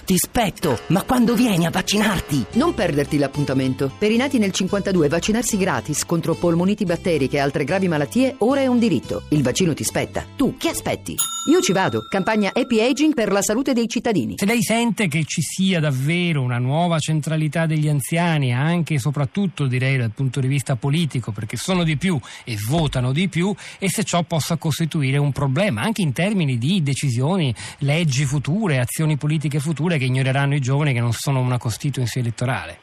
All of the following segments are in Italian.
ti spetto, ma quando vieni a vaccinarti? Non perderti l'appuntamento. Per i nati nel 52 vaccinarsi gratis contro polmoniti batteriche e altre gravi malattie ora è un diritto. Il vaccino ti spetta. Tu che aspetti? Io ci vado. Campagna Happy Aging per la salute dei cittadini. Se lei sente che ci sia davvero una nuova centralità degli anziani, anche e soprattutto direi dal punto di vista politico, perché sono di più e votano di più, e se ciò possa costituire un problema anche in termini di decisioni, leggi future, azioni politiche future che ignoreranno i giovani, che non sono una costituency elettorale.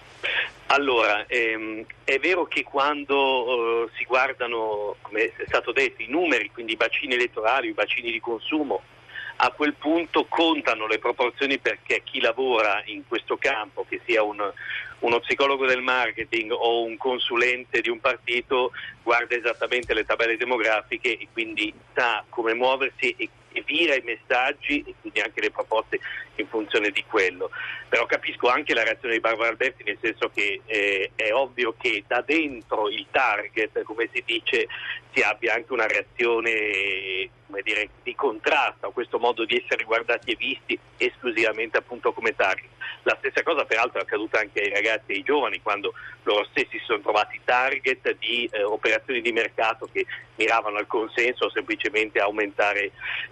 Allora, è vero che quando si guardano, come è stato detto, i numeri, quindi i bacini elettorali, i bacini di consumo, a quel punto contano le proporzioni, perché chi lavora in questo campo, che sia uno psicologo del marketing o un consulente di un partito, guarda esattamente le tabelle demografiche e quindi sa come muoversi e vira i messaggi e quindi anche le proposte in funzione di quello. Però capisco anche la reazione di Barbara Alberti, nel senso che è ovvio che da dentro il target, come si dice, si abbia anche una reazione, come dire, di contrasto a questo modo di essere guardati e visti esclusivamente appunto come target. La stessa cosa peraltro è accaduta anche ai ragazzi e ai giovani, quando loro stessi si sono trovati target di operazioni di mercato che miravano al consenso o semplicemente a aumentare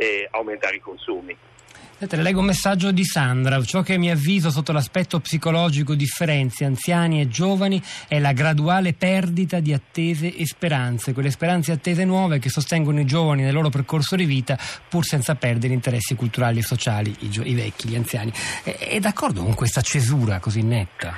i consumi. Leggo un messaggio di Sandra. Ciò che mi avviso sotto l'aspetto psicologico differenzia anziani e giovani è la graduale perdita di attese e speranze, quelle speranze e attese nuove che sostengono i giovani nel loro percorso di vita, pur senza perdere interessi culturali e sociali, i vecchi, gli anziani. È d'accordo con questa cesura così netta?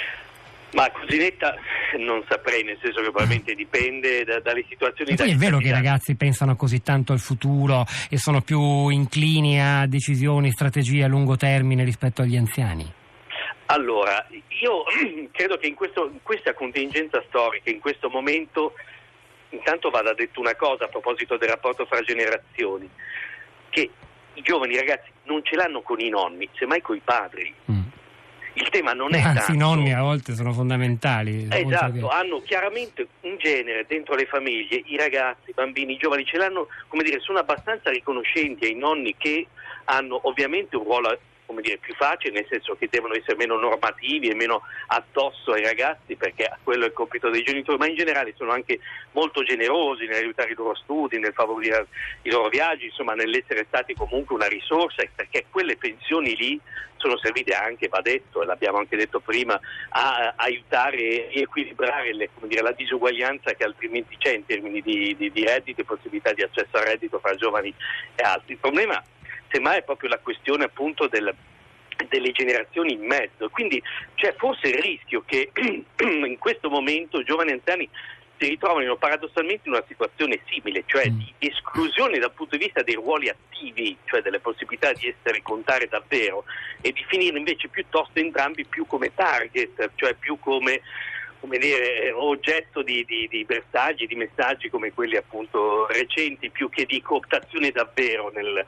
Ma così netta non saprei, nel senso che probabilmente dipende dalle situazioni. E poi è vero che i ragazzi pensano così tanto al futuro e sono più inclini a decisioni, strategie a lungo termine rispetto agli anziani? Allora, io credo che in questa contingenza storica, in questo momento, intanto vada detto una cosa a proposito del rapporto fra generazioni, che i giovani ragazzi non ce l'hanno con i nonni, semmai con i padri. Il tema non è tanto... i nonni a volte sono fondamentali. Esatto, hanno chiaramente un genere dentro le famiglie, i ragazzi, i bambini, i giovani ce l'hanno, come dire, sono abbastanza riconoscenti ai nonni, che hanno ovviamente un ruolo, come dire, più facile, nel senso che devono essere meno normativi e meno addosso ai ragazzi, perché quello è il compito dei genitori, ma in generale sono anche molto generosi nell'aiutare i loro studi, nel favorire i loro viaggi, insomma nell'essere stati comunque una risorsa, perché quelle pensioni lì sono servite anche, va detto, e l'abbiamo anche detto prima, a aiutare e riequilibrare la disuguaglianza che altrimenti c'è in termini di reddito e possibilità di accesso al reddito fra giovani e altri. Il problema semmai è proprio la questione appunto delle generazioni in mezzo, quindi c'è forse il rischio che in questo momento giovani e anziani si ritrovino paradossalmente in una situazione simile, cioè di esclusione dal punto di vista dei ruoli attivi, cioè delle possibilità di contare davvero, e di finire invece piuttosto entrambi più come target, cioè più come dire, oggetto di bersaggi, di messaggi come quelli appunto recenti, più che di cooptazione davvero nelle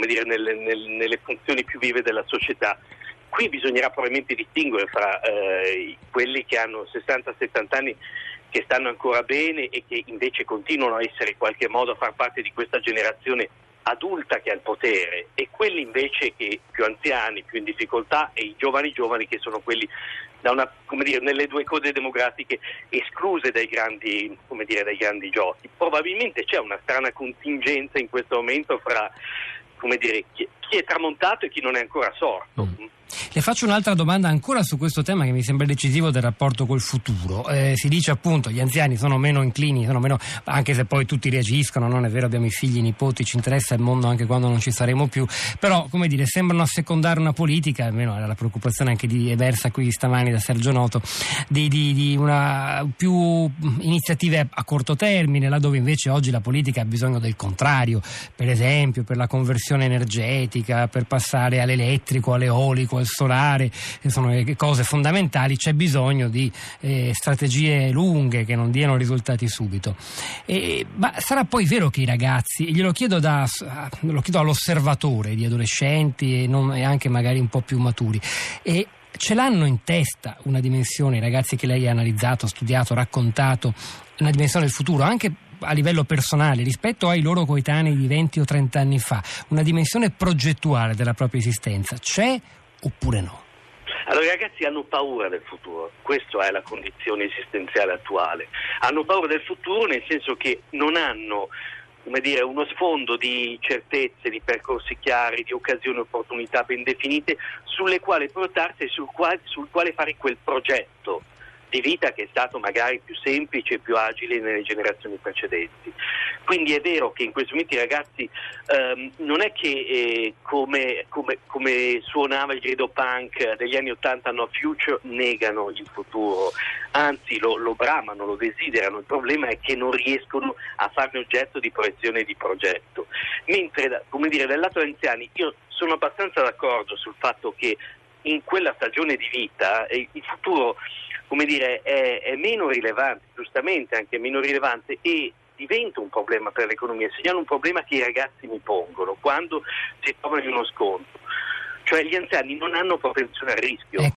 funzioni più vive della società. Qui bisognerà probabilmente distinguere fra quelli che hanno 60-70 anni, che stanno ancora bene e che invece continuano a essere in qualche modo a far parte di questa generazione adulta che ha il potere, e quelli invece che più anziani, più in difficoltà, e i giovani che sono quelli nelle due cose demografiche escluse dai grandi giochi. Probabilmente c'è una strana contingenza in questo momento fra chi è tramontato e chi non è ancora sorto. Le faccio un'altra domanda ancora su questo tema che mi sembra decisivo del rapporto col futuro. Si dice appunto gli anziani sono meno inclini, anche se poi tutti reagiscono, non è vero, abbiamo i figli, i nipoti, ci interessa il mondo anche quando non ci saremo più, però sembrano assecondare una politica, almeno era la preoccupazione anche emersa qui stamani da Sergio Noto, di una più iniziative a corto termine, laddove invece oggi la politica ha bisogno del contrario, per esempio per la conversione energetica, per passare all'elettrico, all'eolico, al solare, che sono cose fondamentali. C'è bisogno di strategie lunghe che non diano risultati subito. Ma sarà poi vero che i ragazzi, glielo chiedo all'osservatore di adolescenti e anche magari un po' più maturi, ce l'hanno in testa una dimensione, i ragazzi che lei ha analizzato, studiato, raccontato, una dimensione del futuro, anche a livello personale, rispetto ai loro coetanei di 20 o 30 anni fa, una dimensione progettuale della propria esistenza c'è oppure no? Allora, i ragazzi hanno paura del futuro, questa è la condizione esistenziale attuale. Hanno paura del futuro nel senso che non hanno, come dire, uno sfondo di certezze, di percorsi chiari, di occasioni e opportunità ben definite sulle quali portarsi e sul quale fare quel progetto di vita che è stato magari più semplice e più agile nelle generazioni precedenti. Quindi è vero che in questo momento i ragazzi non è che come suonava il grido punk degli anni '80 No Future, negano il futuro, anzi lo bramano, lo desiderano. Il problema è che non riescono a farne oggetto di proiezione e di progetto. Mentre, come dire, dal lato degli anziani io sono abbastanza d'accordo sul fatto che in quella stagione di vita il futuro, come dire, è meno rilevante, giustamente anche meno rilevante, e diventa un problema per l'economia, segnala un problema che i ragazzi mi pongono quando si trovano in uno scontro. Cioè gli anziani non hanno propensione al rischio.